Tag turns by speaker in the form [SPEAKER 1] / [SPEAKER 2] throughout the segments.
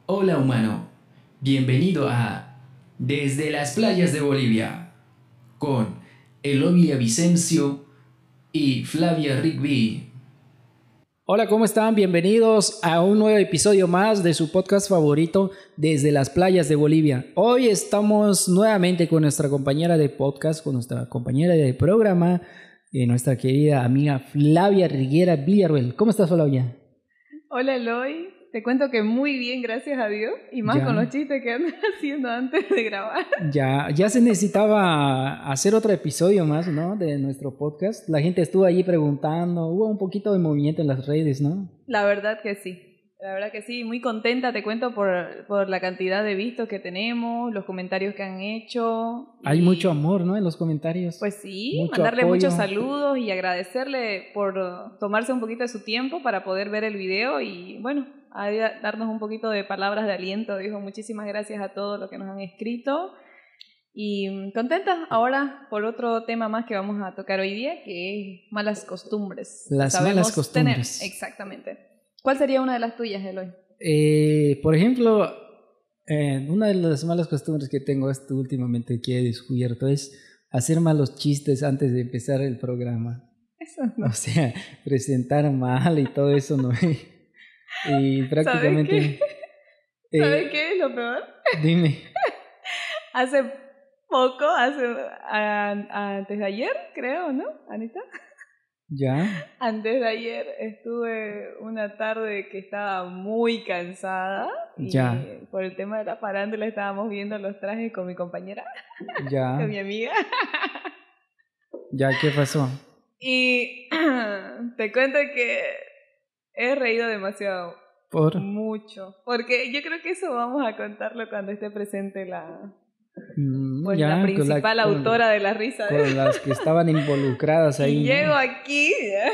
[SPEAKER 1] Hola humano, bienvenido a Desde las playas de Bolivia con Elogia Vicencio y Flavia Rigby.
[SPEAKER 2] Hola, ¿cómo están? Bienvenidos a un nuevo episodio más de su podcast favorito Desde las playas de Bolivia. Hoy estamos nuevamente con nuestra compañera de podcast, con nuestra compañera de programa, nuestra querida amiga Flavia Riguera Villarruel. ¿Cómo estás, Flavia?
[SPEAKER 3] Hola, Eloy. Te cuento que muy bien, gracias a Dios. Y más con los chistes que andas haciendo antes de grabar.
[SPEAKER 2] Ya se necesitaba hacer otro episodio más, ¿no? De nuestro podcast. La gente estuvo allí preguntando, hubo un poquito de movimiento en las redes, ¿no?
[SPEAKER 3] La verdad que sí. La verdad que sí, muy contenta, te cuento, por la cantidad de vistos que tenemos, los comentarios que han hecho.
[SPEAKER 2] Hay mucho amor, ¿no? En los comentarios.
[SPEAKER 3] Pues sí,
[SPEAKER 2] mucho
[SPEAKER 3] mandarle
[SPEAKER 2] apoyo.
[SPEAKER 3] Muchos saludos y agradecerle por tomarse un poquito de su tiempo para poder ver el video y, bueno, a darnos un poquito de palabras de aliento. Dijo, muchísimas gracias a todos los que nos han escrito. Y contenta ahora por otro tema más que vamos a tocar hoy día, que es malas costumbres.
[SPEAKER 2] Las malas costumbres.
[SPEAKER 3] Tener. Exactamente. ¿Cuál sería una de las tuyas, Eloy?
[SPEAKER 2] Por ejemplo, una de las malas costumbres que tengo últimamente que he descubierto es hacer malos chistes antes de empezar el programa.
[SPEAKER 3] Eso no.
[SPEAKER 2] O sea, presentar mal y todo eso, ¿no? Y prácticamente...
[SPEAKER 3] ¿Sabes qué es lo peor?
[SPEAKER 2] Dime.
[SPEAKER 3] Hace poco, antes de ayer, creo, ¿no, Anita?
[SPEAKER 2] ¿Ya?
[SPEAKER 3] Antes de ayer estuve una tarde que estaba muy cansada.
[SPEAKER 2] Ya.
[SPEAKER 3] Y por el tema de la farándula estábamos viendo los trajes con mi compañera.
[SPEAKER 2] Ya.
[SPEAKER 3] Con mi amiga.
[SPEAKER 2] Ya, ¿qué pasó?
[SPEAKER 3] Y te cuento que he reído demasiado.
[SPEAKER 2] ¿Por?
[SPEAKER 3] Mucho. Porque yo creo que eso vamos a contarlo cuando esté presente la principal autora de la risa.
[SPEAKER 2] Con las que estaban involucradas ahí.
[SPEAKER 3] Y llego aquí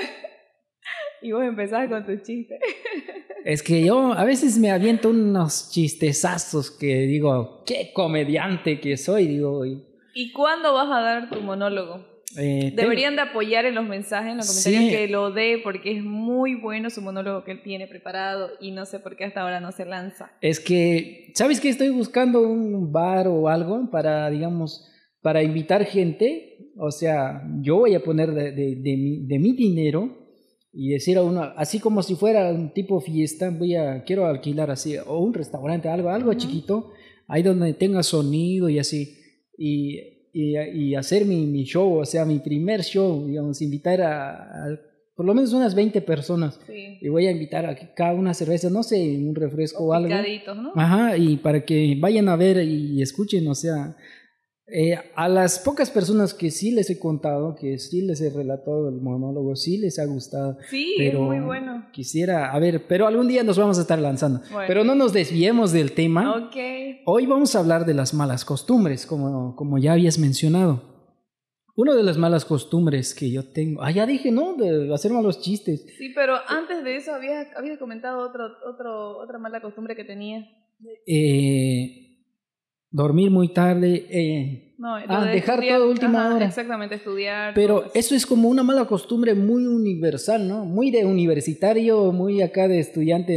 [SPEAKER 3] y vos empezás con tus chistes.
[SPEAKER 2] Es que yo a veces me aviento unos chistezazos que digo, qué comediante que soy, digo.
[SPEAKER 3] ¿Y cuándo vas a dar tu monólogo? Deberían de apoyar en los mensajes, en los comentarios, que lo dé, porque es muy bueno su monólogo que él tiene preparado y no sé por qué hasta ahora no se lanza.
[SPEAKER 2] Es que, ¿sabes qué? Estoy buscando un bar o algo para, digamos, para invitar gente. O sea, yo voy a poner de mi dinero y decir a uno, así como si fuera un tipo fiesta, quiero alquilar así, o un restaurante, algo chiquito, ahí donde tenga sonido y así, y hacer mi show, o sea, mi primer show, digamos, invitar a por lo menos unas 20 personas.
[SPEAKER 3] Sí.
[SPEAKER 2] Y voy a invitar a cada una cerveza, no sé, un refresco o algo.
[SPEAKER 3] Picaditos, ¿no?
[SPEAKER 2] Ajá, y para que vayan a ver y escuchen, o sea, a las pocas personas que sí les he contado, que sí les he relatado el monólogo, sí les ha gustado.
[SPEAKER 3] Sí,
[SPEAKER 2] pero
[SPEAKER 3] es muy bueno.
[SPEAKER 2] Quisiera, a ver, pero algún día nos vamos a estar lanzando. Bueno. Pero no nos desviemos del tema.
[SPEAKER 3] Okay.
[SPEAKER 2] Hoy vamos a hablar de las malas costumbres, como ya habías mencionado. Una de las malas costumbres que yo tengo... ya dije, ¿no? De hacer malos chistes.
[SPEAKER 3] Sí, pero antes de eso habías comentado otra mala costumbre que tenía.
[SPEAKER 2] Dormir muy tarde, dejar todo a última hora.
[SPEAKER 3] Exactamente, estudiar.
[SPEAKER 2] Pero eso es como una mala costumbre muy universal, ¿no? Muy de universitario, muy acá de estudiante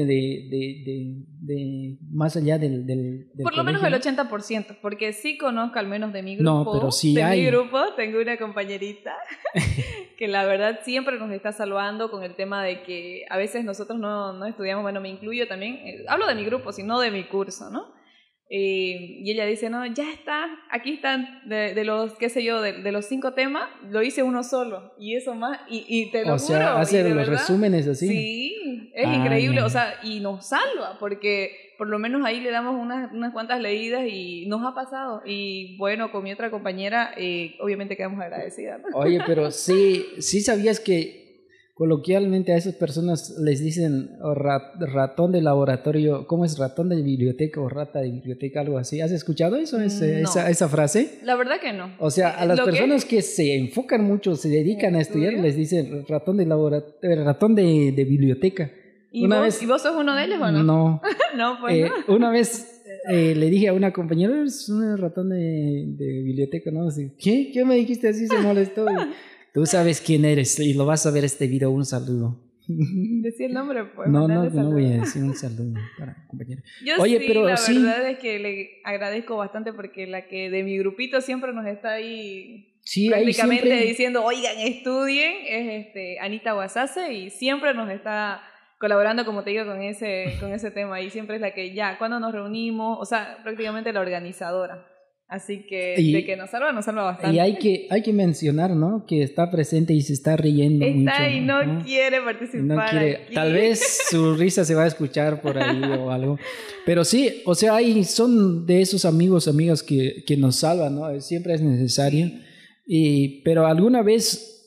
[SPEAKER 2] de más allá del
[SPEAKER 3] por lo menos el 80%, porque sí conozco al menos de mi grupo.
[SPEAKER 2] No, pero sí
[SPEAKER 3] mi grupo tengo una compañerita que la verdad siempre nos está salvando con el tema de que a veces nosotros no estudiamos, bueno, me incluyo también, hablo de mi grupo, sino de mi curso, ¿no? Y ella dice, no, ya está, aquí están de los, qué sé yo, de los 5 temas, lo hice uno solo, y eso más, y te lo juro.
[SPEAKER 2] O sea, hace los
[SPEAKER 3] verdad,
[SPEAKER 2] resúmenes así.
[SPEAKER 3] Sí, es increíble, o sea, y nos salva, porque por lo menos ahí le damos unas cuantas leídas y nos ha pasado, y bueno, con mi otra compañera, obviamente quedamos agradecidas, ¿no?
[SPEAKER 2] Oye, pero sí sabías que coloquialmente a esas personas les dicen ratón de laboratorio, ¿cómo es? Ratón de biblioteca o rata de biblioteca, algo así. ¿Has escuchado eso,
[SPEAKER 3] no.
[SPEAKER 2] esa frase?
[SPEAKER 3] La verdad que no.
[SPEAKER 2] O sea, a las personas que se enfocan mucho, se dedican a estudiar, les dicen ratón de biblioteca.
[SPEAKER 3] ¿Y vos sos uno de ellos o no?
[SPEAKER 2] No.
[SPEAKER 3] No, pues no.
[SPEAKER 2] Una vez le dije a una compañera, es un ratón de biblioteca, ¿no? Así, ¿qué me dijiste así? Se molestó. Tú sabes quién eres y lo vas a ver este video. Un saludo.
[SPEAKER 3] Decía el nombre, pues.
[SPEAKER 2] No
[SPEAKER 3] mandarle
[SPEAKER 2] voy a
[SPEAKER 3] saludos.
[SPEAKER 2] decir un saludo para compañero.
[SPEAKER 3] Yo
[SPEAKER 2] Oye,
[SPEAKER 3] sí,
[SPEAKER 2] pero
[SPEAKER 3] la
[SPEAKER 2] sí,
[SPEAKER 3] verdad es que le agradezco bastante porque la que de mi grupito siempre nos está ahí
[SPEAKER 2] sí, hay
[SPEAKER 3] prácticamente
[SPEAKER 2] siempre,
[SPEAKER 3] diciendo, oigan, estudien, es Anita Guasase y siempre nos está colaborando, como te digo, con ese tema y siempre es la que ya, cuando nos reunimos, o sea, prácticamente la organizadora. Así que de que
[SPEAKER 2] y,
[SPEAKER 3] nos salva
[SPEAKER 2] y
[SPEAKER 3] bastante.
[SPEAKER 2] hay que mencionar, ¿no? Que está presente y se está riendo mucho,
[SPEAKER 3] Está y no
[SPEAKER 2] ¿no?
[SPEAKER 3] quiere
[SPEAKER 2] Y no
[SPEAKER 3] participar
[SPEAKER 2] quiere,
[SPEAKER 3] aquí.
[SPEAKER 2] tal vez su risa se va a escuchar por ahí o algo. Pero sí, o sea, son de esos amigos, amigas que nos salvan, ¿no? Siempre es necesario. Pero alguna vez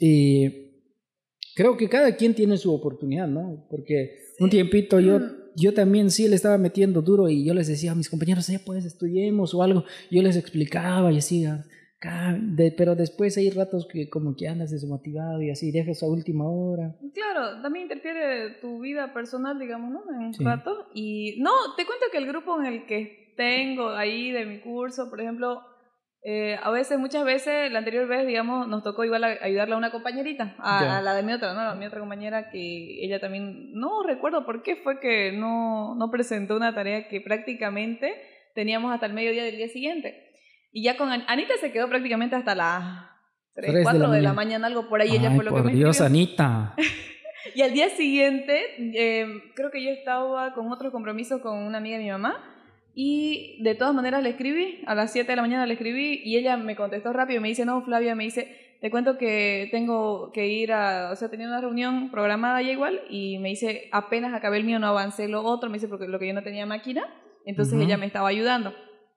[SPEAKER 2] creo que cada quien tiene su oportunidad, ¿no? Porque un tiempito yo también sí le estaba metiendo duro y yo les decía a mis compañeros, ya pues estudiemos o algo. Yo les explicaba y así, pero después hay ratos que como que andas desmotivado y así, dejas a última hora.
[SPEAKER 3] Claro, también interfiere tu vida personal, digamos, ¿no? En un
[SPEAKER 2] Sí.
[SPEAKER 3] rato. Y no, te cuento que el grupo en el que tengo ahí de mi curso, por ejemplo, muchas veces, la anterior vez, digamos, nos tocó igual ayudarle a una compañerita, a la de mi otra, ¿no? A mi otra compañera que ella también, no recuerdo por qué fue que no presentó una tarea que prácticamente teníamos hasta el mediodía del día siguiente. Y ya con Anita se quedó prácticamente hasta las 3, 4 de la mañana, algo por ahí, ella fue lo que me escribió.
[SPEAKER 2] Por Dios, Anita.
[SPEAKER 3] Y al día siguiente, creo que yo estaba con otros compromisos con una amiga de mi mamá. Y de todas maneras le escribí, a las 7 de la mañana le escribí y ella me contestó rápido y me dice, no, Flavia, me dice, te cuento que tengo que ir tenía una reunión programada ya igual y me dice, apenas acabé el mío, no avancé lo otro, me dice, porque lo que yo no tenía máquina, entonces ella me estaba ayudando.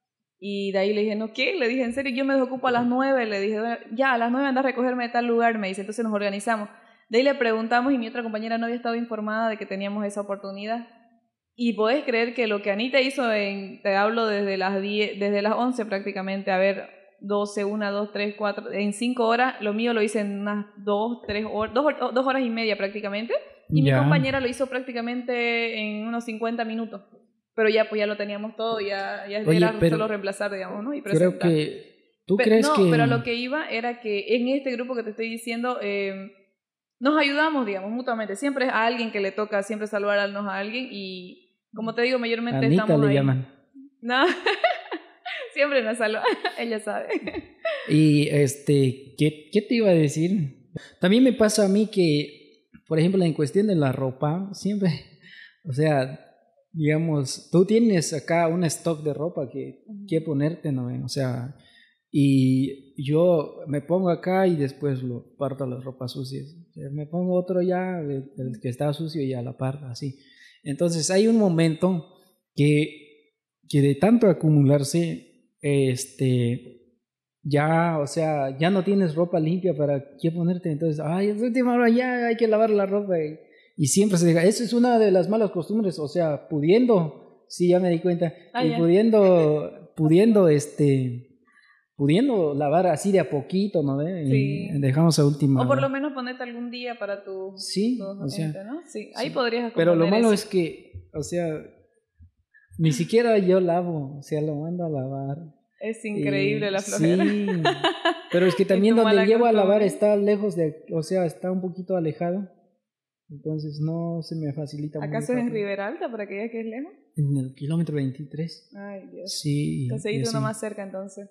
[SPEAKER 3] Y de ahí le dije, no, ¿qué? Le dije, en serio, yo me desocupo a las 9, le dije, ya, a las 9 anda a recogerme de tal lugar, me dice, entonces nos organizamos. De ahí le preguntamos y mi otra compañera no había estado informada de que teníamos esa oportunidad. Y podés creer que lo que Anita hizo te hablo desde las 10, desde las 11 prácticamente, a ver, 12, 1, 2, 3, 4, en 5 horas, lo mío lo hice en unas 2, 3 horas, 2 horas y media prácticamente, y mi compañera lo hizo prácticamente en unos 50 minutos. Pero ya, pues ya lo teníamos todo, ya Oye, era solo reemplazar, digamos, ¿no? Y presentar.
[SPEAKER 2] Creo que, ¿tú crees que...?
[SPEAKER 3] No, pero lo que iba era que en este grupo que te estoy diciendo, nos ayudamos, digamos, mutuamente. Siempre es a alguien que le toca siempre salvarnos a alguien y, como te digo, mayormente
[SPEAKER 2] Anita
[SPEAKER 3] estamos
[SPEAKER 2] le
[SPEAKER 3] ahí.
[SPEAKER 2] llaman.
[SPEAKER 3] No, siempre nos salva, ella sabe.
[SPEAKER 2] Y, ¿qué te iba a decir? También me pasa a mí que, por ejemplo, en cuestión de la ropa, siempre, o sea, digamos, tú tienes acá un stock de ropa que ponerte, ¿no? O sea, y yo me pongo acá y después lo parto a las ropas sucias. O sea, me pongo otro ya, el que está sucio y ya la parto, así. Entonces hay un momento que de tanto acumularse, ya, o sea, ya no tienes ropa limpia para qué ponerte. Entonces, ay, es última hora, ya hay que lavar la ropa. Y siempre se deja. Eso es una de las malas costumbres, o sea, pudiendo, sí, ya me di cuenta, y pudiendo lavar así de a poquito, ¿no?
[SPEAKER 3] Sí.
[SPEAKER 2] Y dejamos a última.
[SPEAKER 3] O por lo menos ponerte algún día para tu
[SPEAKER 2] o sea,
[SPEAKER 3] gente, ¿no? Sí, ahí podrías.
[SPEAKER 2] Pero lo malo es que, o sea, ni siquiera yo lavo, o sea, lo mando a lavar.
[SPEAKER 3] Es increíble la flojera.
[SPEAKER 2] Sí, pero es que también donde llevo a lavar está lejos o sea, está un poquito alejado. Entonces no se me facilita mucho.
[SPEAKER 3] ¿Acaso es en Ribera Alta para que veas que es lejos?
[SPEAKER 2] En el kilómetro 23.
[SPEAKER 3] Ay, Dios.
[SPEAKER 2] Sí.
[SPEAKER 3] Entonces hice uno más cerca entonces.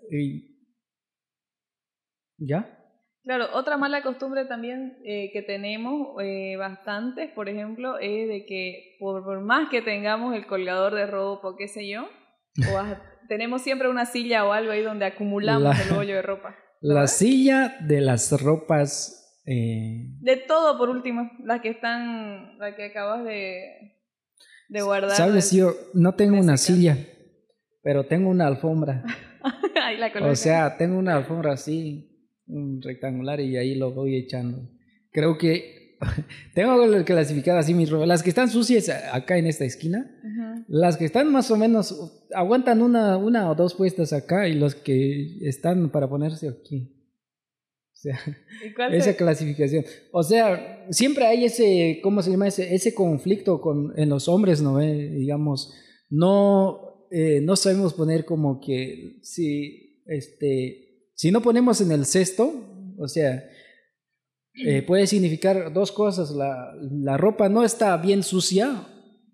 [SPEAKER 2] ¿Ya?
[SPEAKER 3] Claro, otra mala costumbre también que tenemos bastantes, por ejemplo, es de que por más que tengamos el colgador de ropa o qué sé yo, tenemos siempre una silla o algo ahí donde acumulamos el bollo de ropa.
[SPEAKER 2] La silla de las ropas...
[SPEAKER 3] De todo, por último, las que acabas de guardar.
[SPEAKER 2] Sabes, yo no tengo una silla, pero tengo una alfombra.
[SPEAKER 3] Ahí la
[SPEAKER 2] o sea, tengo una alfombra así, rectangular, y ahí lo voy echando. Creo que tengo clasificado así mis ropas. Las que están sucias acá en esta esquina, las que están más o menos aguantan una o dos puestas acá, y los que están para ponerse aquí. O sea, esa clasificación. O sea, siempre hay ese, ¿cómo se llama? Ese conflicto en los hombres, ¿no? Digamos, no sabemos poner como que si no ponemos en el cesto, o sea, puede significar dos cosas. La ropa no está bien sucia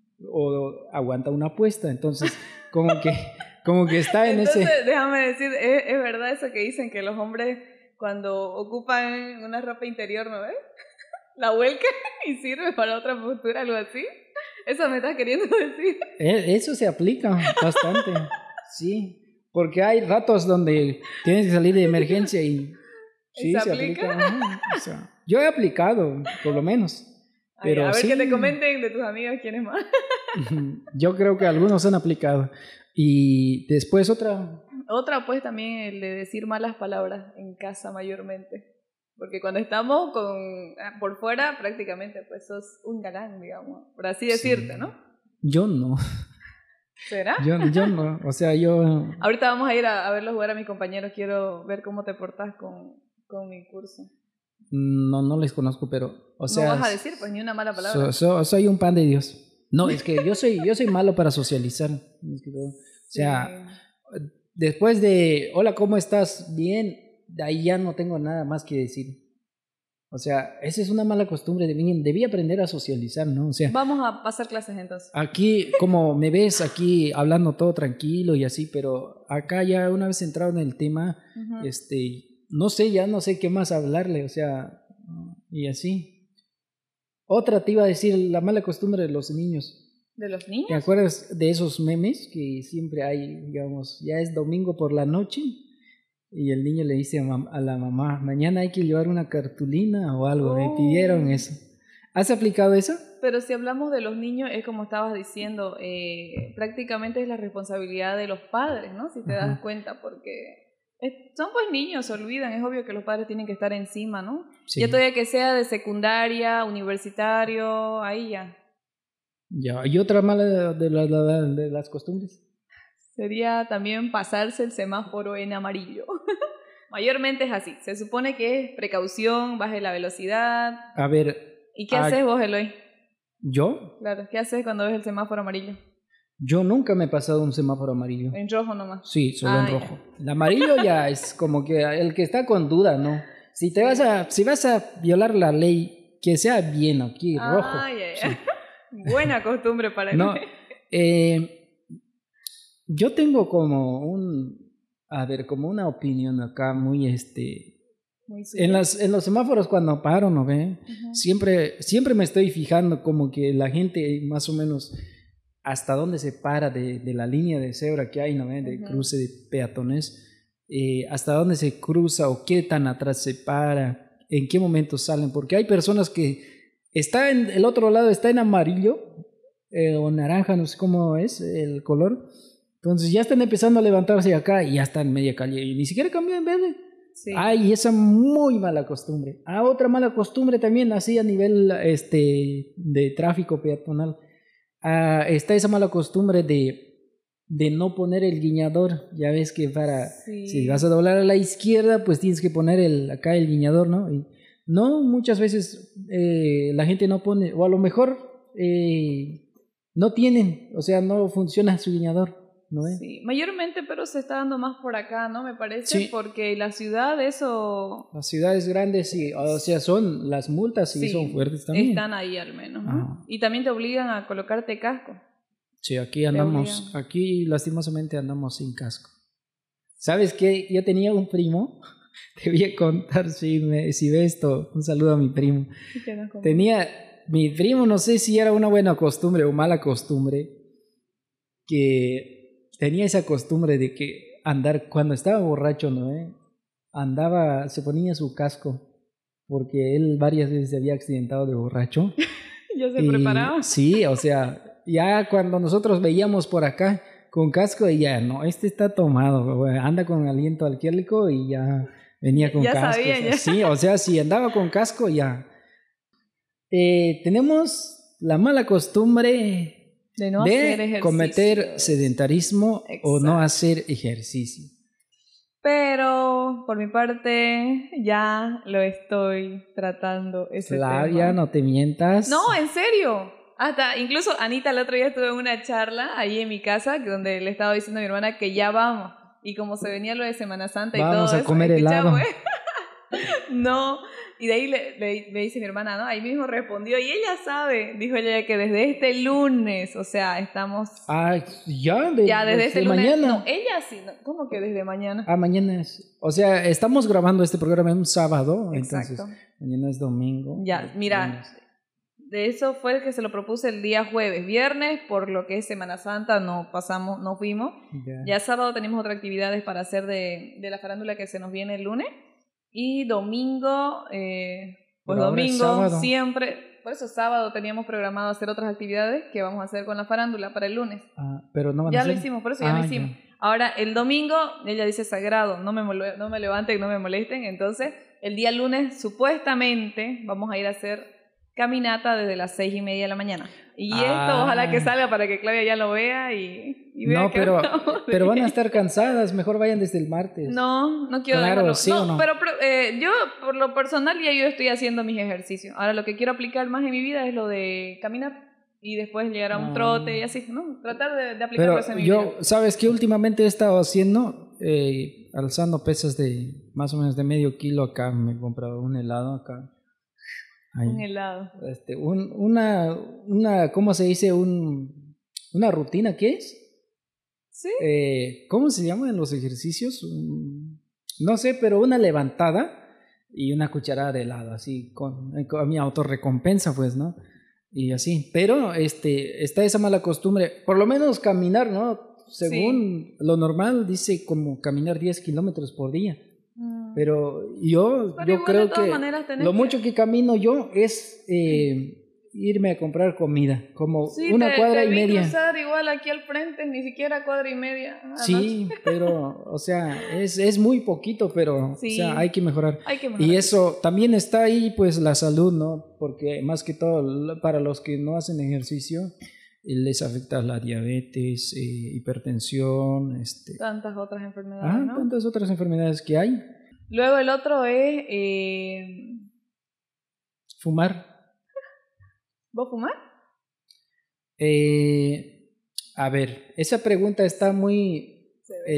[SPEAKER 2] o aguanta una apuesta. Entonces, como que está en
[SPEAKER 3] Entonces,
[SPEAKER 2] ese...
[SPEAKER 3] déjame decir, es verdad eso que dicen que los hombres cuando ocupan una ropa interior, ¿no ves? La vuelcan y sirve para otra postura, algo así. Eso me estás queriendo decir.
[SPEAKER 2] Eso se aplica bastante, sí. Porque hay ratos donde tienes que salir de emergencia y sí,
[SPEAKER 3] ¿Se
[SPEAKER 2] se
[SPEAKER 3] aplica?
[SPEAKER 2] aplica. O sea, yo he aplicado, por lo menos.
[SPEAKER 3] Ay,
[SPEAKER 2] Pero
[SPEAKER 3] a ver
[SPEAKER 2] sí,
[SPEAKER 3] que te comenten de tus amigos quiénes más.
[SPEAKER 2] yo creo que algunos han aplicado. Y después otra...
[SPEAKER 3] Otra, pues, también el de decir malas palabras en casa mayormente. Porque cuando estamos por fuera, prácticamente, pues, sos un galán, digamos. Por así decirte,
[SPEAKER 2] Sí.
[SPEAKER 3] ¿no?
[SPEAKER 2] Yo no.
[SPEAKER 3] ¿Será?
[SPEAKER 2] Yo no. O sea, yo...
[SPEAKER 3] Ahorita vamos a ir a verlos jugar a mis compañeros. Quiero ver cómo te portas con mi curso.
[SPEAKER 2] No les conozco, pero... O sea,
[SPEAKER 3] no vas a decir, pues, ni una mala palabra.
[SPEAKER 2] soy un pan de Dios. No, es que yo soy malo para socializar. Es que o sea, después de, hola, ¿cómo estás? Bien, de ahí ya no tengo nada más que decir. O sea, esa es una mala costumbre de mí. Debí aprender a socializar, ¿no? O sea,
[SPEAKER 3] vamos a pasar clases entonces.
[SPEAKER 2] aquí, como me ves aquí hablando todo tranquilo y así, pero acá ya una vez entrado en el tema, ya no sé qué más hablarle, o sea, y así. Otra te iba a decir, la mala costumbre de los niños.
[SPEAKER 3] ¿De los niños?
[SPEAKER 2] ¿Te acuerdas de esos memes que siempre hay, digamos, ya es domingo por la noche y el niño le dice a la mamá, mañana hay que llevar una cartulina o algo? Me pidieron eso. ¿Has aplicado eso?
[SPEAKER 3] Pero si hablamos de los niños, es como estabas diciendo, prácticamente es la responsabilidad de los padres, ¿no? Si te das cuenta, porque son pues niños, se olvidan, es obvio que los padres tienen que estar encima, ¿no?
[SPEAKER 2] Sí.
[SPEAKER 3] Ya todavía que sea de secundaria, universitario, ahí ya.
[SPEAKER 2] Ya, ¿y otra mala de las costumbres?
[SPEAKER 3] Sería también pasarse el semáforo en amarillo. Mayormente es así, se supone que es precaución, baje la velocidad.
[SPEAKER 2] A ver.
[SPEAKER 3] ¿Y qué haces vos, Eloy?
[SPEAKER 2] ¿Yo?
[SPEAKER 3] Claro, ¿qué haces cuando ves el semáforo amarillo?
[SPEAKER 2] Yo nunca me he pasado un semáforo amarillo.
[SPEAKER 3] ¿En rojo nomás?
[SPEAKER 2] Sí, solo en rojo. Ya. El amarillo ya es como que el que está con duda, ¿no? Si vas a violar la ley, que sea bien aquí, rojo.
[SPEAKER 3] Sí. Buena costumbre para
[SPEAKER 2] no,
[SPEAKER 3] mí.
[SPEAKER 2] Yo tengo como una opinión acá muy en los semáforos cuando paro, ¿no ve? Siempre me estoy fijando como que la gente más o menos hasta dónde se para de la línea de cebra que hay, ¿no ve? De cruce de peatones, hasta dónde se cruza o qué tan atrás se para, en qué momento salen, porque hay personas que el otro lado está en amarillo o naranja, no sé cómo es el color, entonces ya están empezando a levantarse acá y ya están en media calle y ni siquiera cambian en verde.
[SPEAKER 3] Sí.
[SPEAKER 2] Ay, esa muy mala costumbre. Otra mala costumbre también así a nivel de tráfico peatonal. Está esa mala costumbre de no poner el guiñador. Ya ves que si vas a doblar a la izquierda, pues tienes que poner acá el guiñador, ¿no? Y no, muchas veces la gente no pone, o a lo mejor no tienen, o sea, no funciona su guiñador, ¿no?
[SPEAKER 3] Sí, mayormente, pero se está dando más por acá, ¿no? Me parece, sí. Porque la ciudad, eso...
[SPEAKER 2] Las ciudades grandes, sí, o sea, las multas sí son fuertes también.
[SPEAKER 3] Están ahí al menos, ¿no? Y también te obligan a colocarte casco.
[SPEAKER 2] Sí, aquí lastimosamente andamos sin casco. ¿Sabes qué? Yo tenía un primo, te voy a contar si ve esto, un saludo a mi primo. Mi primo, no sé si era una buena costumbre o mala costumbre, que tenía esa costumbre de que cuando estaba borracho, ¿no? Se ponía su casco, porque él varias veces se había accidentado de borracho.
[SPEAKER 3] ¿Ya se preparaba?
[SPEAKER 2] Sí, o sea, ya cuando nosotros veíamos por acá con casco, y ya, no, está tomado, anda con aliento alcohólico y ya venía con casco.
[SPEAKER 3] Sabía, ya.
[SPEAKER 2] Sí, o sea, si andaba con casco, ya. Tenemos la mala costumbre de cometer sedentarismo. Exacto. O no hacer ejercicio.
[SPEAKER 3] Pero por mi parte ya lo estoy tratando
[SPEAKER 2] Flavia, no te mientas.
[SPEAKER 3] No, en serio. Incluso Anita el otro día estuve en una charla ahí en mi casa donde le estaba diciendo a mi hermana que ya vamos. Y como se venía lo de Semana Santa y todo eso.
[SPEAKER 2] Vamos a comer helado.
[SPEAKER 3] No, y de ahí me dice mi hermana, ¿no? Ahí mismo respondió, y ella sabe, dijo ella que desde este lunes, o sea, estamos...
[SPEAKER 2] Ah, ya,
[SPEAKER 3] Ya desde este lunes...
[SPEAKER 2] mañana.
[SPEAKER 3] No, ella sí, no, ¿cómo que desde mañana?
[SPEAKER 2] Ah, mañana es. O sea, estamos grabando este programa en un sábado,
[SPEAKER 3] Exacto.
[SPEAKER 2] entonces mañana es domingo.
[SPEAKER 3] Ya, mira, de eso fue el que se lo propuse el día jueves. Viernes, por lo que es Semana Santa, no fuimos. Ya sábado tenemos otras actividades para hacer de la farándula que se nos viene el lunes. Y domingo, pues domingo siempre, por eso sábado teníamos programado hacer otras actividades que vamos a hacer con la farándula para el lunes.
[SPEAKER 2] Ah, pero no van
[SPEAKER 3] ya
[SPEAKER 2] a hacer.
[SPEAKER 3] lo hicimos, por eso ya lo hicimos. Ya. Ahora, el domingo, ella dice sagrado, no me levanten, no me molesten. Entonces, el día lunes, supuestamente, vamos a ir a hacer caminata desde las 6:30 de la mañana. Y esto ojalá que salga para que Claudia ya lo vea y vea.
[SPEAKER 2] No, pero van a estar cansadas, mejor vayan desde el martes.
[SPEAKER 3] No quiero
[SPEAKER 2] claro,
[SPEAKER 3] dejarlo.
[SPEAKER 2] ¿sí
[SPEAKER 3] no,
[SPEAKER 2] o no?
[SPEAKER 3] Pero yo, por lo personal, ya yo estoy haciendo mis ejercicios. Ahora lo que quiero aplicar más en mi vida es lo de caminar y después llegar a un trote y así, ¿no? Tratar de aplicarlo en mi vida.
[SPEAKER 2] ¿Sabes qué? Últimamente he estado haciendo, alzando pesas de más o menos de medio kilo acá. Me he comprado un helado acá. Ahí.
[SPEAKER 3] Un helado.
[SPEAKER 2] Una ¿cómo se dice? Una rutina, ¿qué es?
[SPEAKER 3] Sí.
[SPEAKER 2] ¿Cómo se llaman los ejercicios? No sé, pero una levantada y una cucharada de helado, así, con mi autorrecompensa, pues, ¿no? Y así. Pero está esa mala costumbre, por lo menos caminar, ¿no? Según lo normal, dice como caminar 10 kilómetros por día. Pero yo creo que lo mucho que camino yo es irme a comprar comida, como una cuadra y media.
[SPEAKER 3] Cruzar igual aquí al frente, ni siquiera cuadra y media.
[SPEAKER 2] Sí, pero, o sea, es muy poquito, pero
[SPEAKER 3] sí,
[SPEAKER 2] o sea, hay que mejorar. Y eso también está ahí, pues, la salud, ¿no? Porque más que todo, para los que no hacen ejercicio, les afecta la diabetes, hipertensión,
[SPEAKER 3] tantas otras enfermedades, ¿no?
[SPEAKER 2] Tantas otras enfermedades que hay.
[SPEAKER 3] Luego el otro es...
[SPEAKER 2] fumar.
[SPEAKER 3] ¿Vos fumás?
[SPEAKER 2] A ver, esa pregunta está muy...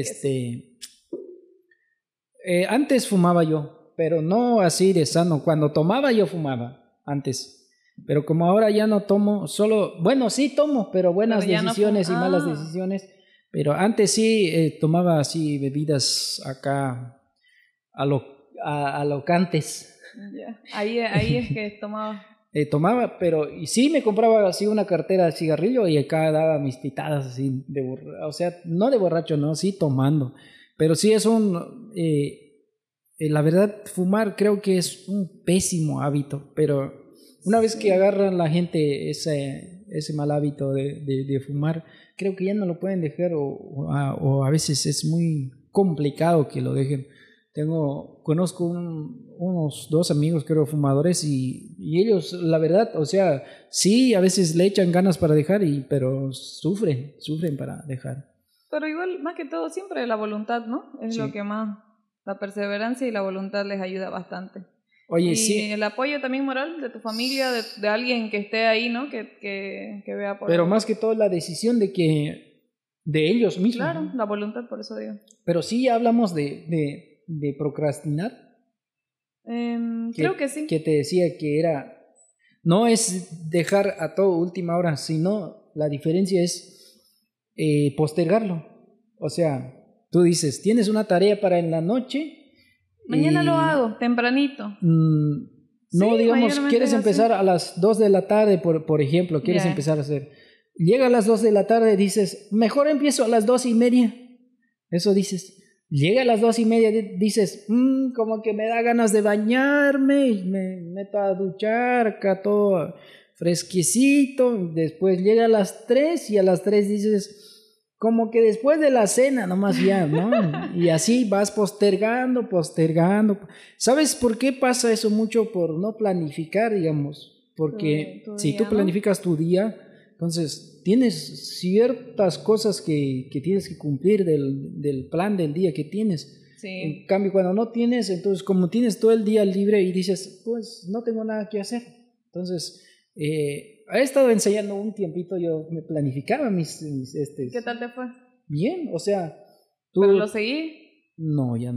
[SPEAKER 2] antes fumaba yo, pero no así de sano. Cuando tomaba yo fumaba, antes. Pero como ahora ya no tomo, bueno, sí tomo, pero buenas decisiones y malas decisiones. Pero antes sí tomaba así bebidas acá alocantes.
[SPEAKER 3] Yeah. Ahí es que tomaba.
[SPEAKER 2] Tomaba, pero y sí me compraba así una cartera de cigarrillo y acá daba mis pitadas así o sea, no de borracho, no, sí tomando. Pero sí es la verdad, fumar creo que es un pésimo hábito, pero una vez que agarran la gente ese mal hábito de fumar, creo que ya no lo pueden dejar o a veces es muy complicado que lo dejen. Conozco unos 2 amigos, creo, fumadores y ellos, la verdad, o sea, sí, a veces le echan ganas para dejar, pero sufren para dejar.
[SPEAKER 3] Pero igual, más que todo, siempre la voluntad, ¿no? Es lo que más, la perseverancia y la voluntad les ayuda bastante.
[SPEAKER 2] Oye,
[SPEAKER 3] y
[SPEAKER 2] sí.
[SPEAKER 3] El apoyo también moral de tu familia, de alguien que esté ahí, ¿no? Que vea por...
[SPEAKER 2] Pero más que todo la decisión de ellos mismos.
[SPEAKER 3] Claro,
[SPEAKER 2] ¿no?
[SPEAKER 3] la voluntad, por eso digo.
[SPEAKER 2] Pero sí hablamos de procrastinar.
[SPEAKER 3] Creo que sí.
[SPEAKER 2] Que te decía que no es dejar a todo última hora, sino la diferencia es postergarlo. O sea, tú dices, tienes una tarea para en la noche.
[SPEAKER 3] Mañana lo hago, tempranito.
[SPEAKER 2] No, digamos, quieres empezar a las 2 de la tarde, por ejemplo, quieres empezar a hacer. Llega a las 2 de la tarde, dices, mejor empiezo a las 2:30. Eso dices. Llega a las 2:30, dices, como que me da ganas de bañarme y me meto a duchar, acá todo fresquecito. Después llega a las 3 y a las 3 dices, como que después de la cena nomás ya, ¿no? Y así vas postergando. ¿Sabes por qué pasa eso mucho? Por no planificar, digamos. Porque si tú planificas tu día, entonces tienes ciertas cosas que tienes que cumplir del plan del día que tienes.
[SPEAKER 3] Sí.
[SPEAKER 2] En cambio, cuando no tienes, entonces como tienes todo el día libre y dices, pues no tengo nada que hacer. Entonces, he estado ensayando un tiempito, yo me planificaba mis
[SPEAKER 3] ¿Qué tal te fue?
[SPEAKER 2] Bien, o sea...
[SPEAKER 3] ¿Pero lo seguí?
[SPEAKER 2] No, ya no.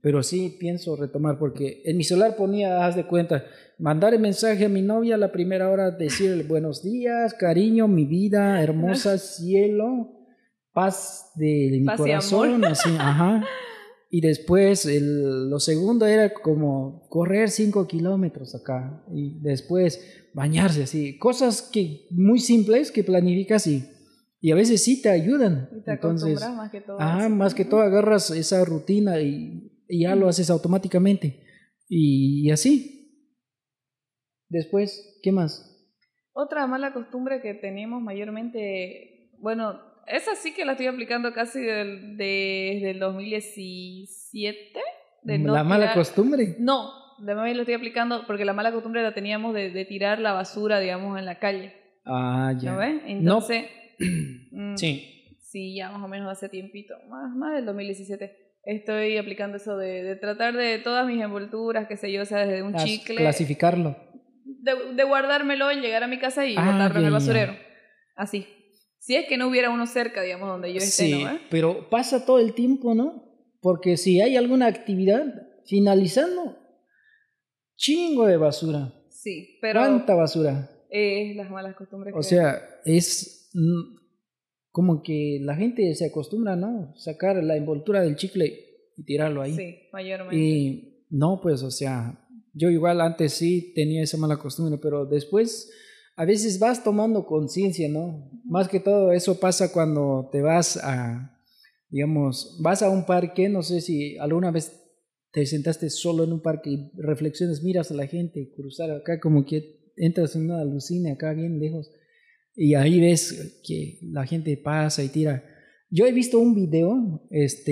[SPEAKER 2] Pero sí pienso retomar porque en mi celular ponía, haz de cuenta, mandar el mensaje a mi novia a la primera hora, decirle buenos días, cariño, mi vida, hermosa, cielo, paz de mi
[SPEAKER 3] Paz y
[SPEAKER 2] corazón,
[SPEAKER 3] amor.
[SPEAKER 2] así, ajá. Y después lo segundo era como correr 5 kilómetros acá y después bañarse, así, cosas que muy simples que planificas y a veces sí te ayudan.
[SPEAKER 3] Y te
[SPEAKER 2] Entonces,
[SPEAKER 3] acostumbras más que todo a
[SPEAKER 2] ajá,
[SPEAKER 3] eso
[SPEAKER 2] más que
[SPEAKER 3] también,
[SPEAKER 2] todo
[SPEAKER 3] ¿no?
[SPEAKER 2] agarras esa rutina y ya lo haces automáticamente. Y así, después, ¿qué más?
[SPEAKER 3] Otra mala costumbre que tenemos mayormente, bueno, esa sí que la estoy aplicando casi desde el 2017, de
[SPEAKER 2] La
[SPEAKER 3] no
[SPEAKER 2] mala
[SPEAKER 3] tirar,
[SPEAKER 2] costumbre.
[SPEAKER 3] no, de mí lo estoy aplicando porque la mala costumbre la teníamos de tirar la basura, digamos, en la calle,
[SPEAKER 2] Ah,
[SPEAKER 3] ¿no
[SPEAKER 2] ya.
[SPEAKER 3] ves?
[SPEAKER 2] No.
[SPEAKER 3] Entonces, mm,
[SPEAKER 2] Sí.
[SPEAKER 3] sí, ya más o menos hace tiempito, más del 2017. Estoy aplicando eso de tratar de todas mis envolturas, qué sé yo, o sea, desde un chicle,
[SPEAKER 2] Clasificarlo.
[SPEAKER 3] de guardármelo, llegar a mi casa y
[SPEAKER 2] Ah,
[SPEAKER 3] botarlo
[SPEAKER 2] ya,
[SPEAKER 3] en el
[SPEAKER 2] ya.
[SPEAKER 3] basurero. Así. Si es que no hubiera uno cerca, digamos, donde yo esté, ¿no?
[SPEAKER 2] Sí, pero pasa todo el tiempo, ¿no? Porque si hay alguna actividad, finalizando, chingo de basura.
[SPEAKER 3] Sí, pero
[SPEAKER 2] ¿Cuánta basura?
[SPEAKER 3] las malas costumbres
[SPEAKER 2] O
[SPEAKER 3] que...
[SPEAKER 2] sea, es como que la gente se acostumbra, ¿no? Sacar la envoltura del chicle y tirarlo ahí.
[SPEAKER 3] Sí, mayormente.
[SPEAKER 2] Y no, pues, o sea, yo igual antes sí tenía esa mala costumbre, pero después a veces vas tomando conciencia, ¿no? Más que todo eso pasa cuando te vas digamos, vas a un parque, no sé si alguna vez te sentaste solo en un parque y reflexiones, miras a la gente cruzar acá como que entras en una alucina acá bien lejos y ahí ves que la gente pasa y tira. Yo he visto un video,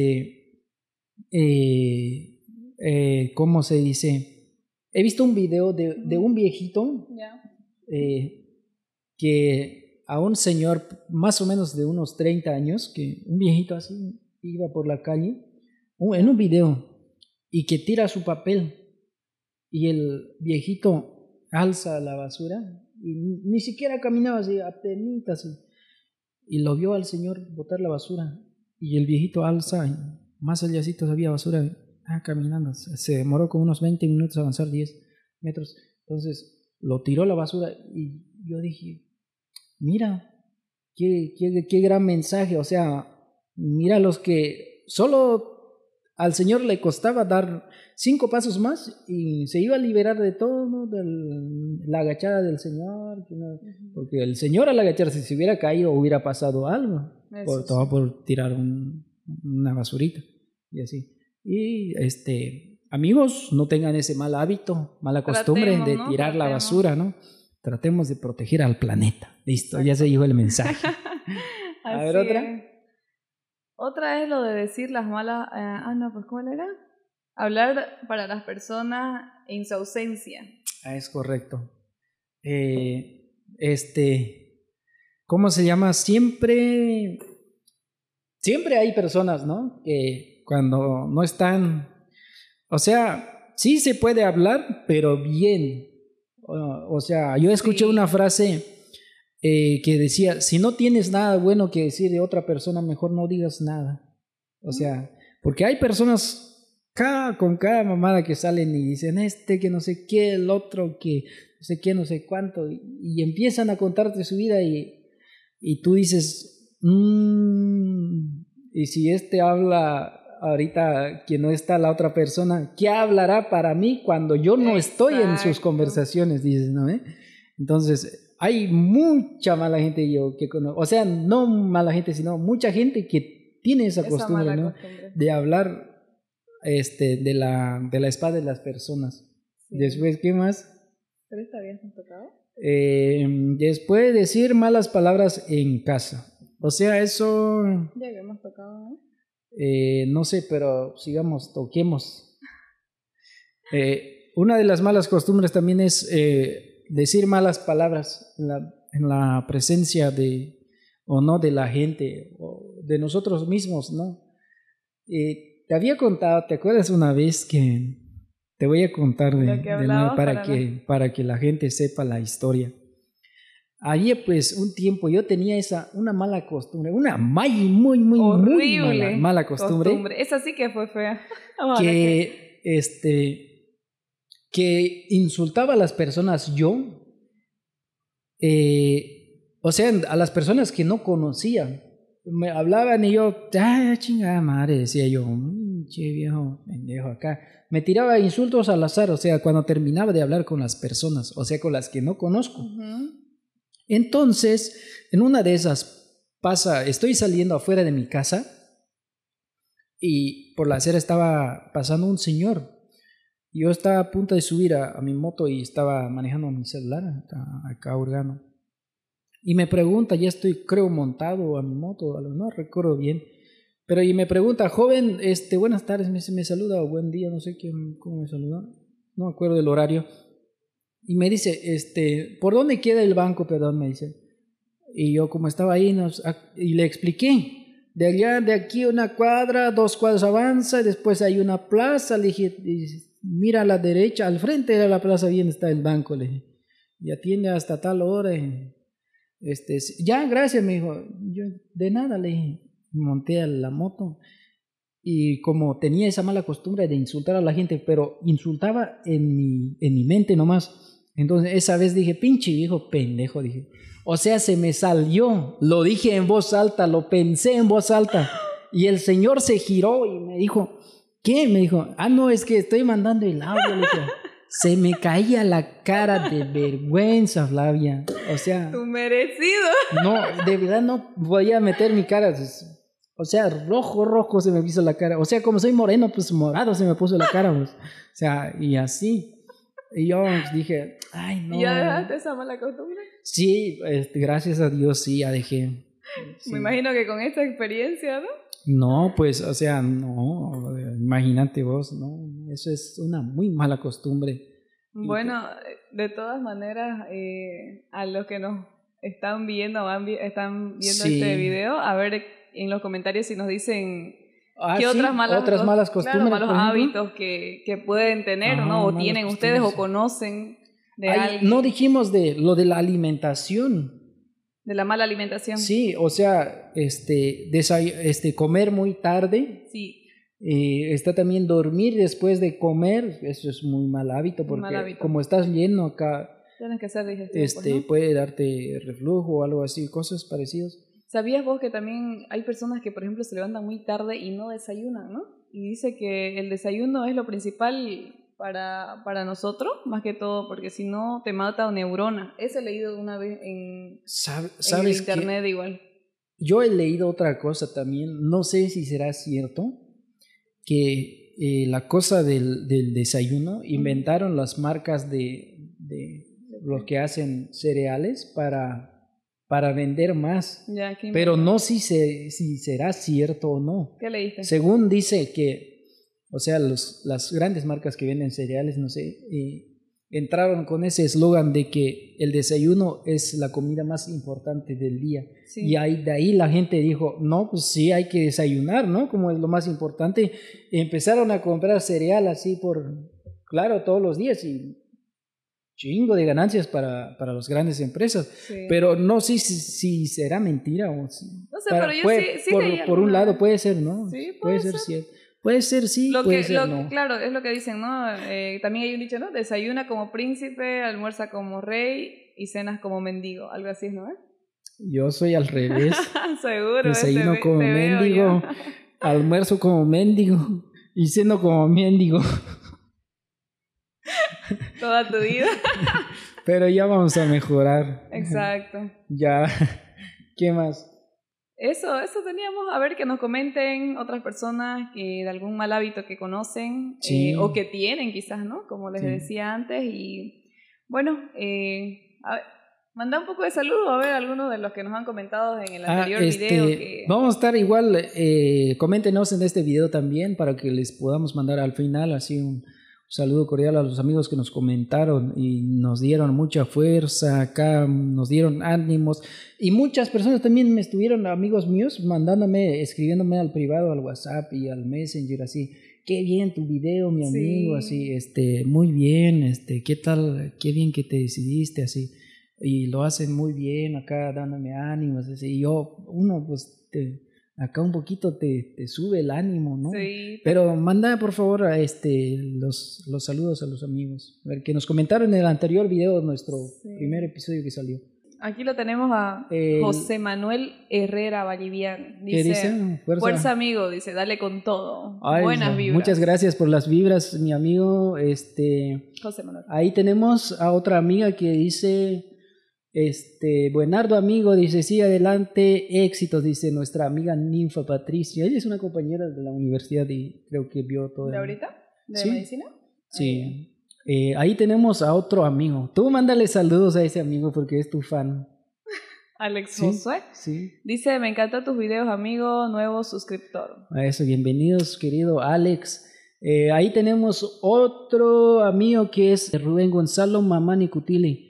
[SPEAKER 2] ¿cómo se dice? He visto un video de un viejito
[SPEAKER 3] Ya.
[SPEAKER 2] eh, que a un señor más o menos de unos 30 años, que un viejito así iba por la calle, en un video, y que tira su papel y el viejito alza la basura y ni siquiera caminaba así, apenitas, y lo vio al señor botar la basura y el viejito alza y más allácitos había basura, caminando, se demoró como unos 20 minutos a avanzar 10 metros, entonces lo tiró la basura y yo dije, mira, qué gran mensaje, o sea, mira los que solo al Señor le costaba dar 5 pasos más y se iba a liberar de todo, ¿no? De la agachada del Señor, porque el Señor al agacharse, si se hubiera caído hubiera pasado algo,
[SPEAKER 3] Eso
[SPEAKER 2] todo
[SPEAKER 3] sí.
[SPEAKER 2] por tirar una basurita y así. Y amigos, no tengan ese mal hábito, mala costumbre
[SPEAKER 3] Tratemos,
[SPEAKER 2] de
[SPEAKER 3] ¿no?
[SPEAKER 2] tirar la
[SPEAKER 3] Tratemos.
[SPEAKER 2] basura, ¿no? Tratemos de proteger al planeta. Listo,
[SPEAKER 3] Exacto.
[SPEAKER 2] ya se dijo el mensaje. A ver,
[SPEAKER 3] Así
[SPEAKER 2] otra.
[SPEAKER 3] es. Otra es lo de decir las malas... no, pues ¿cuál era? Hablar para las personas en su ausencia.
[SPEAKER 2] Es correcto. ¿Cómo se llama? Siempre hay personas, ¿no? Que cuando no están, o sea, sí se puede hablar, pero bien. O sea, yo escuché
[SPEAKER 3] Sí.
[SPEAKER 2] una frase que decía, si no tienes nada bueno que decir de otra persona, mejor no digas nada. O sea, porque hay personas con cada mamada que salen y dicen, que no sé qué, el otro que no sé qué, no sé cuánto, y empiezan a contarte su vida y tú dices, y si habla ahorita que no está la otra persona, ¿qué hablará para mí cuando yo no estoy en sus
[SPEAKER 3] Exacto.
[SPEAKER 2] conversaciones? Dices, ¿no? Entonces, hay mucha mala gente yo que conozco, o sea, no mala gente, sino mucha gente que tiene esa costumbre,
[SPEAKER 3] mala
[SPEAKER 2] ¿no?
[SPEAKER 3] costumbre.
[SPEAKER 2] De hablar de la espalda de las personas.
[SPEAKER 3] Sí.
[SPEAKER 2] Después, ¿qué más?
[SPEAKER 3] ¿Pero esta bien has tocado?
[SPEAKER 2] Después decir malas palabras en casa. O sea, eso,
[SPEAKER 3] Ya habíamos tocado, ¿no?
[SPEAKER 2] no sé, pero sigamos, toquemos. Una de las malas costumbres también es decir malas palabras en la presencia o no de la gente, o de nosotros mismos, ¿no? Te había contado, ¿te acuerdas una vez que te voy a contar
[SPEAKER 3] Lo que
[SPEAKER 2] de nuevo
[SPEAKER 3] hablabas
[SPEAKER 2] para que la gente sepa la historia? Había pues un tiempo, yo tenía una mala costumbre, una muy
[SPEAKER 3] horrible
[SPEAKER 2] mala costumbre.
[SPEAKER 3] Esa sí que fue fea.
[SPEAKER 2] Que insultaba a las personas yo, o sea, a las personas que no conocía. Me hablaban y yo, chingada madre, decía yo, che viejo pendejo acá. Me tiraba insultos al azar, o sea, cuando terminaba de hablar con las personas, o sea, con las que no conozco.
[SPEAKER 3] Uh-huh.
[SPEAKER 2] Entonces, en una de esas estoy saliendo afuera de mi casa y por la acera estaba pasando un señor. Yo estaba a punto de subir a mi moto y estaba manejando mi celular acá hurgando. Y me pregunta, ya estoy creo montado a mi moto, no recuerdo bien. Pero y me pregunta, joven, buenas tardes, me saluda, o buen día, no sé cómo me saluda, no me acuerdo del horario. Y me dice, ¿por dónde queda el banco? Perdón, me dice. Y yo como estaba ahí, y le expliqué, de aquí 1 cuadra, 2 cuadras avanza, después hay una plaza, le dije, mira a la derecha, al frente de la plaza bien está el banco, le dije, y atiende hasta tal hora. Ya, gracias, me dijo. Yo, de nada, le dije. Monté a la moto y como tenía esa mala costumbre de insultar a la gente, pero insultaba en mi mente nomás. Entonces esa vez dije, pinche viejo pendejo, dije. O sea, se me salió, lo dije en voz alta, lo pensé en voz alta. Y el señor se giró y me dijo, ¿qué? Me dijo, no, es que estoy mandando el audio, le dije. Se me caía la cara de vergüenza, Flavia. O sea...
[SPEAKER 3] Tu merecido.
[SPEAKER 2] No, de verdad no podía meter mi cara. O sea, rojo se me puso la cara. O sea, como soy moreno, pues morado se me puso la cara. Pues. O sea, y así. Y yo dije, ay, no.
[SPEAKER 3] ¿Ya dejaste esa mala costumbre?
[SPEAKER 2] Sí, gracias a Dios, sí, ya dejé. Sí.
[SPEAKER 3] Me imagino que con esta experiencia, ¿no?
[SPEAKER 2] No, pues, o sea, no, imagínate vos, no, eso es una muy mala costumbre.
[SPEAKER 3] Bueno, de todas maneras, a los que nos están viendo, están viendo
[SPEAKER 2] sí.
[SPEAKER 3] este video, a ver en los comentarios si nos dicen qué
[SPEAKER 2] sí,
[SPEAKER 3] otras malas
[SPEAKER 2] costumbres,
[SPEAKER 3] claro, malos hábitos que pueden tener, ¿no? O tienen ustedes o conocen de alguien.
[SPEAKER 2] No dijimos de lo de la alimentación.
[SPEAKER 3] De la mala alimentación.
[SPEAKER 2] Sí, o sea, comer muy tarde.
[SPEAKER 3] Sí.
[SPEAKER 2] Está también dormir después de comer, eso es muy mal hábito porque como estás lleno acá,
[SPEAKER 3] tienes que hacer digestión, ¿no?
[SPEAKER 2] puede darte reflujo o algo así, cosas parecidas.
[SPEAKER 3] ¿Sabías vos que también hay personas que, por ejemplo, se levantan muy tarde y no desayunan, ¿no? Y dice que el desayuno es lo principal para nosotros, más que todo, porque si no te mata neurona. Eso he leído una vez en el internet igual.
[SPEAKER 2] Yo he leído otra cosa también, no sé si será cierto, que la cosa del desayuno, inventaron las marcas de los que hacen cereales para vender más, pero no si será cierto o no.
[SPEAKER 3] ¿Qué leíste?
[SPEAKER 2] Según dice que, o sea, las grandes marcas que venden cereales, no sé, entraron con ese eslogan de que el desayuno es la comida más importante del día. Sí. Y de ahí la gente dijo, no, pues sí hay que desayunar, ¿no? Como es lo más importante. Empezaron a comprar cereal así claro, todos los días y chingo de ganancias para las grandes empresas. Sí. Pero no sé si será mentira o si,
[SPEAKER 3] no sé, pero yo sí
[SPEAKER 2] por un lado puede ser, ¿no?
[SPEAKER 3] Sí,
[SPEAKER 2] puede ser cierto. Puede ser sí, puede ser no.
[SPEAKER 3] Claro, es lo que dicen, ¿no? También hay un dicho, ¿no? Desayuna como príncipe, almuerza como rey y cenas como mendigo. Algo así, ¿no?
[SPEAKER 2] Yo soy al revés.
[SPEAKER 3] Seguro.
[SPEAKER 2] Desayuno como mendigo, almuerzo como mendigo y ceno como mendigo.
[SPEAKER 3] Toda tu vida.
[SPEAKER 2] Pero ya vamos a mejorar.
[SPEAKER 3] Exacto.
[SPEAKER 2] Ya. ¿Qué más?
[SPEAKER 3] Eso teníamos, a ver que nos comenten otras personas que de algún mal hábito que conocen, sí. O que tienen quizás, ¿no? Como les decía antes. Y bueno, a ver, manda un poco de saludo a ver algunos de los que nos han comentado en el anterior video.
[SPEAKER 2] Vamos a estar igual, coméntenos en este video también para que les podamos mandar al final así un saludo cordial a los amigos que nos comentaron y nos dieron mucha fuerza acá, nos dieron ánimos. Y muchas personas también me estuvieron, amigos míos, escribiéndome al privado, al WhatsApp y al Messenger, así, qué bien tu video, mi amigo, así, muy bien, qué tal, qué bien que te decidiste, así. y lo hacen muy bien acá dándome ánimos. Y pues acá un poquito te sube el ánimo, ¿no?
[SPEAKER 3] Sí.
[SPEAKER 2] Pero manda por favor a los saludos a los amigos. A ver, que nos comentaron en el anterior video, nuestro primer episodio que salió.
[SPEAKER 3] Aquí lo tenemos a José Manuel Herrera Vallivian.
[SPEAKER 2] ¿Qué dice?
[SPEAKER 3] Fuerza amigo, dice, dale con todo.
[SPEAKER 2] Ay,
[SPEAKER 3] buenas vibras.
[SPEAKER 2] Muchas gracias por las vibras, mi amigo.
[SPEAKER 3] José Manuel.
[SPEAKER 2] Ahí tenemos a otra amiga que dice, buenardo amigo, dice, sí, adelante, éxitos, dice nuestra amiga Ninfa Patricia. Ella es una compañera de la universidad y creo que vio todo.
[SPEAKER 3] ¿De ahorita? ¿De
[SPEAKER 2] ¿Sí?
[SPEAKER 3] medicina?
[SPEAKER 2] Sí. Ahí tenemos a otro amigo. Tú mándale saludos a ese amigo porque es tu fan.
[SPEAKER 3] Alex
[SPEAKER 2] ¿Sí?
[SPEAKER 3] Josué.
[SPEAKER 2] Sí.
[SPEAKER 3] Dice, me encantan tus videos, amigo, nuevo suscriptor.
[SPEAKER 2] A eso, bienvenidos, querido Alex. Ahí tenemos otro amigo que es Rubén Gonzalo Mamani Cutili.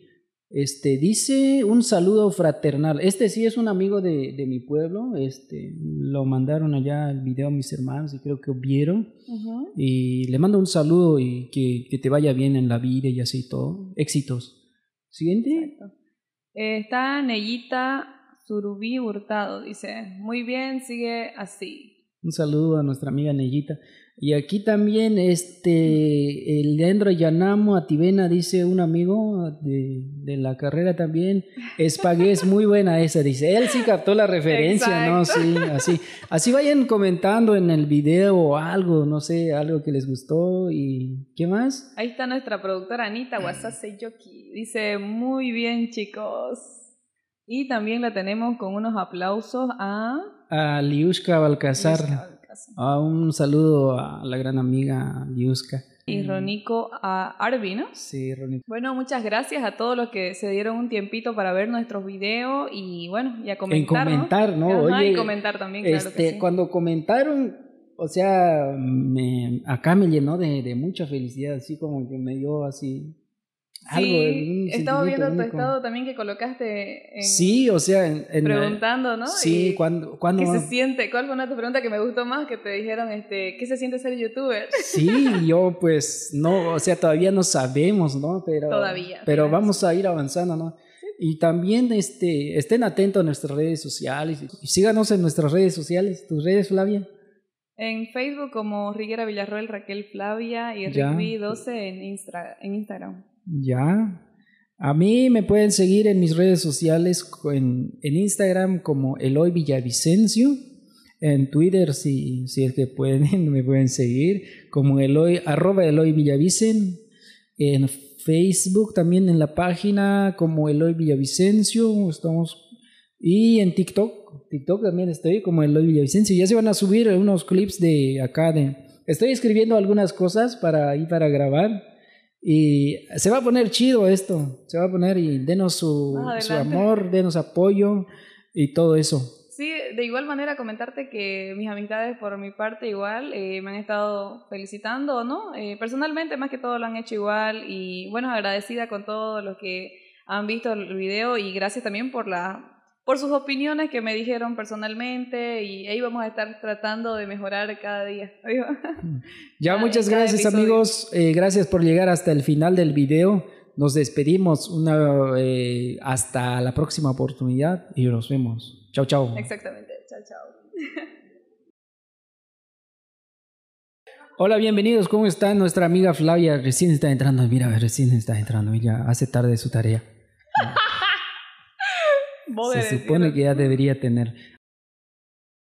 [SPEAKER 2] Dice un saludo fraternal. Sí es un amigo de mi pueblo. Lo mandaron allá el video a mis hermanos y creo que vieron.
[SPEAKER 3] Uh-huh.
[SPEAKER 2] Y le mando un saludo y que te vaya bien en la vida y así todo. Éxitos. Siguiente.
[SPEAKER 3] Exacto. Está Neyita Surubí Hurtado. Dice, muy bien, sigue así.
[SPEAKER 2] Un saludo a nuestra amiga Neyita. Y aquí también el Leandro Yanamo Ativena, dice un amigo de la carrera también. Espagué es muy buena esa, dice. Él sí captó la referencia,
[SPEAKER 3] exacto.
[SPEAKER 2] ¿no? Sí, así vayan comentando en el video o algo, no sé, algo que les gustó. ¿Y qué más?
[SPEAKER 3] Ahí está nuestra productora Anita Wasase Yoki. Dice, muy bien, chicos. Y también la tenemos con unos aplausos
[SPEAKER 2] a Liushka Balcazar. Un saludo a la gran amiga Liushka.
[SPEAKER 3] Y Ronico a Arby, ¿no?
[SPEAKER 2] Sí, Ronico.
[SPEAKER 3] Bueno, muchas gracias a todos los que se dieron un tiempito para ver nuestros videos y bueno, y a comentar.
[SPEAKER 2] En comentar, ¿no?
[SPEAKER 3] Ajá,
[SPEAKER 2] oye,
[SPEAKER 3] y comentar también, claro que sí.
[SPEAKER 2] Cuando comentaron, o sea, acá me llenó de mucha felicidad, así como que me dio así algo.
[SPEAKER 3] Sí, estaba viendo tu
[SPEAKER 2] único.
[SPEAKER 3] Estado también que colocaste en...
[SPEAKER 2] Sí, o sea,
[SPEAKER 3] preguntando, ¿no?
[SPEAKER 2] Sí, cuando
[SPEAKER 3] ¿qué se siente? ¿Cuál fue una de tus preguntas que me gustó más? Que te dijeron, ¿qué se siente ser youtuber?
[SPEAKER 2] Sí, yo pues no, o sea, todavía no sabemos, ¿no? Pero vamos a ir avanzando, ¿no? Sí. Y también estén atentos a nuestras redes sociales y síganos en nuestras redes sociales. ¿Tus redes, Flavia?
[SPEAKER 3] En Facebook como Riguera Villarroel, Raquel Flavia y Rigby12 en Instagram.
[SPEAKER 2] Ya. A mí me pueden seguir en mis redes sociales en Instagram como Eloy Villavicencio. En Twitter, si es que pueden, me pueden seguir como @Eloy Villavicen. En Facebook también en la página como Eloy Villavicencio. Y en TikTok también estoy como Eloy Villavicencio. Ya se van a subir unos clips de acá. Estoy escribiendo algunas cosas para grabar. Y se va a poner chido esto. Se va a poner y denos su amor, denos apoyo y todo eso.
[SPEAKER 3] Sí, de igual manera comentarte que mis amistades por mi parte igual me han estado felicitando, ¿no? Personalmente más que todo lo han hecho igual y bueno, agradecida con todos los que han visto el video y gracias también por sus opiniones que me dijeron personalmente y ahí vamos a estar tratando de mejorar cada día.
[SPEAKER 2] Ya, muchas gracias amigos, gracias por llegar hasta el final del video. Nos despedimos hasta la próxima oportunidad y nos vemos. Chao, chao.
[SPEAKER 3] Exactamente, chao, chao.
[SPEAKER 2] Hola, bienvenidos, ¿cómo está nuestra amiga Flavia? Recién está entrando, ella hace tarde su tarea. Se supone que ya debería tener.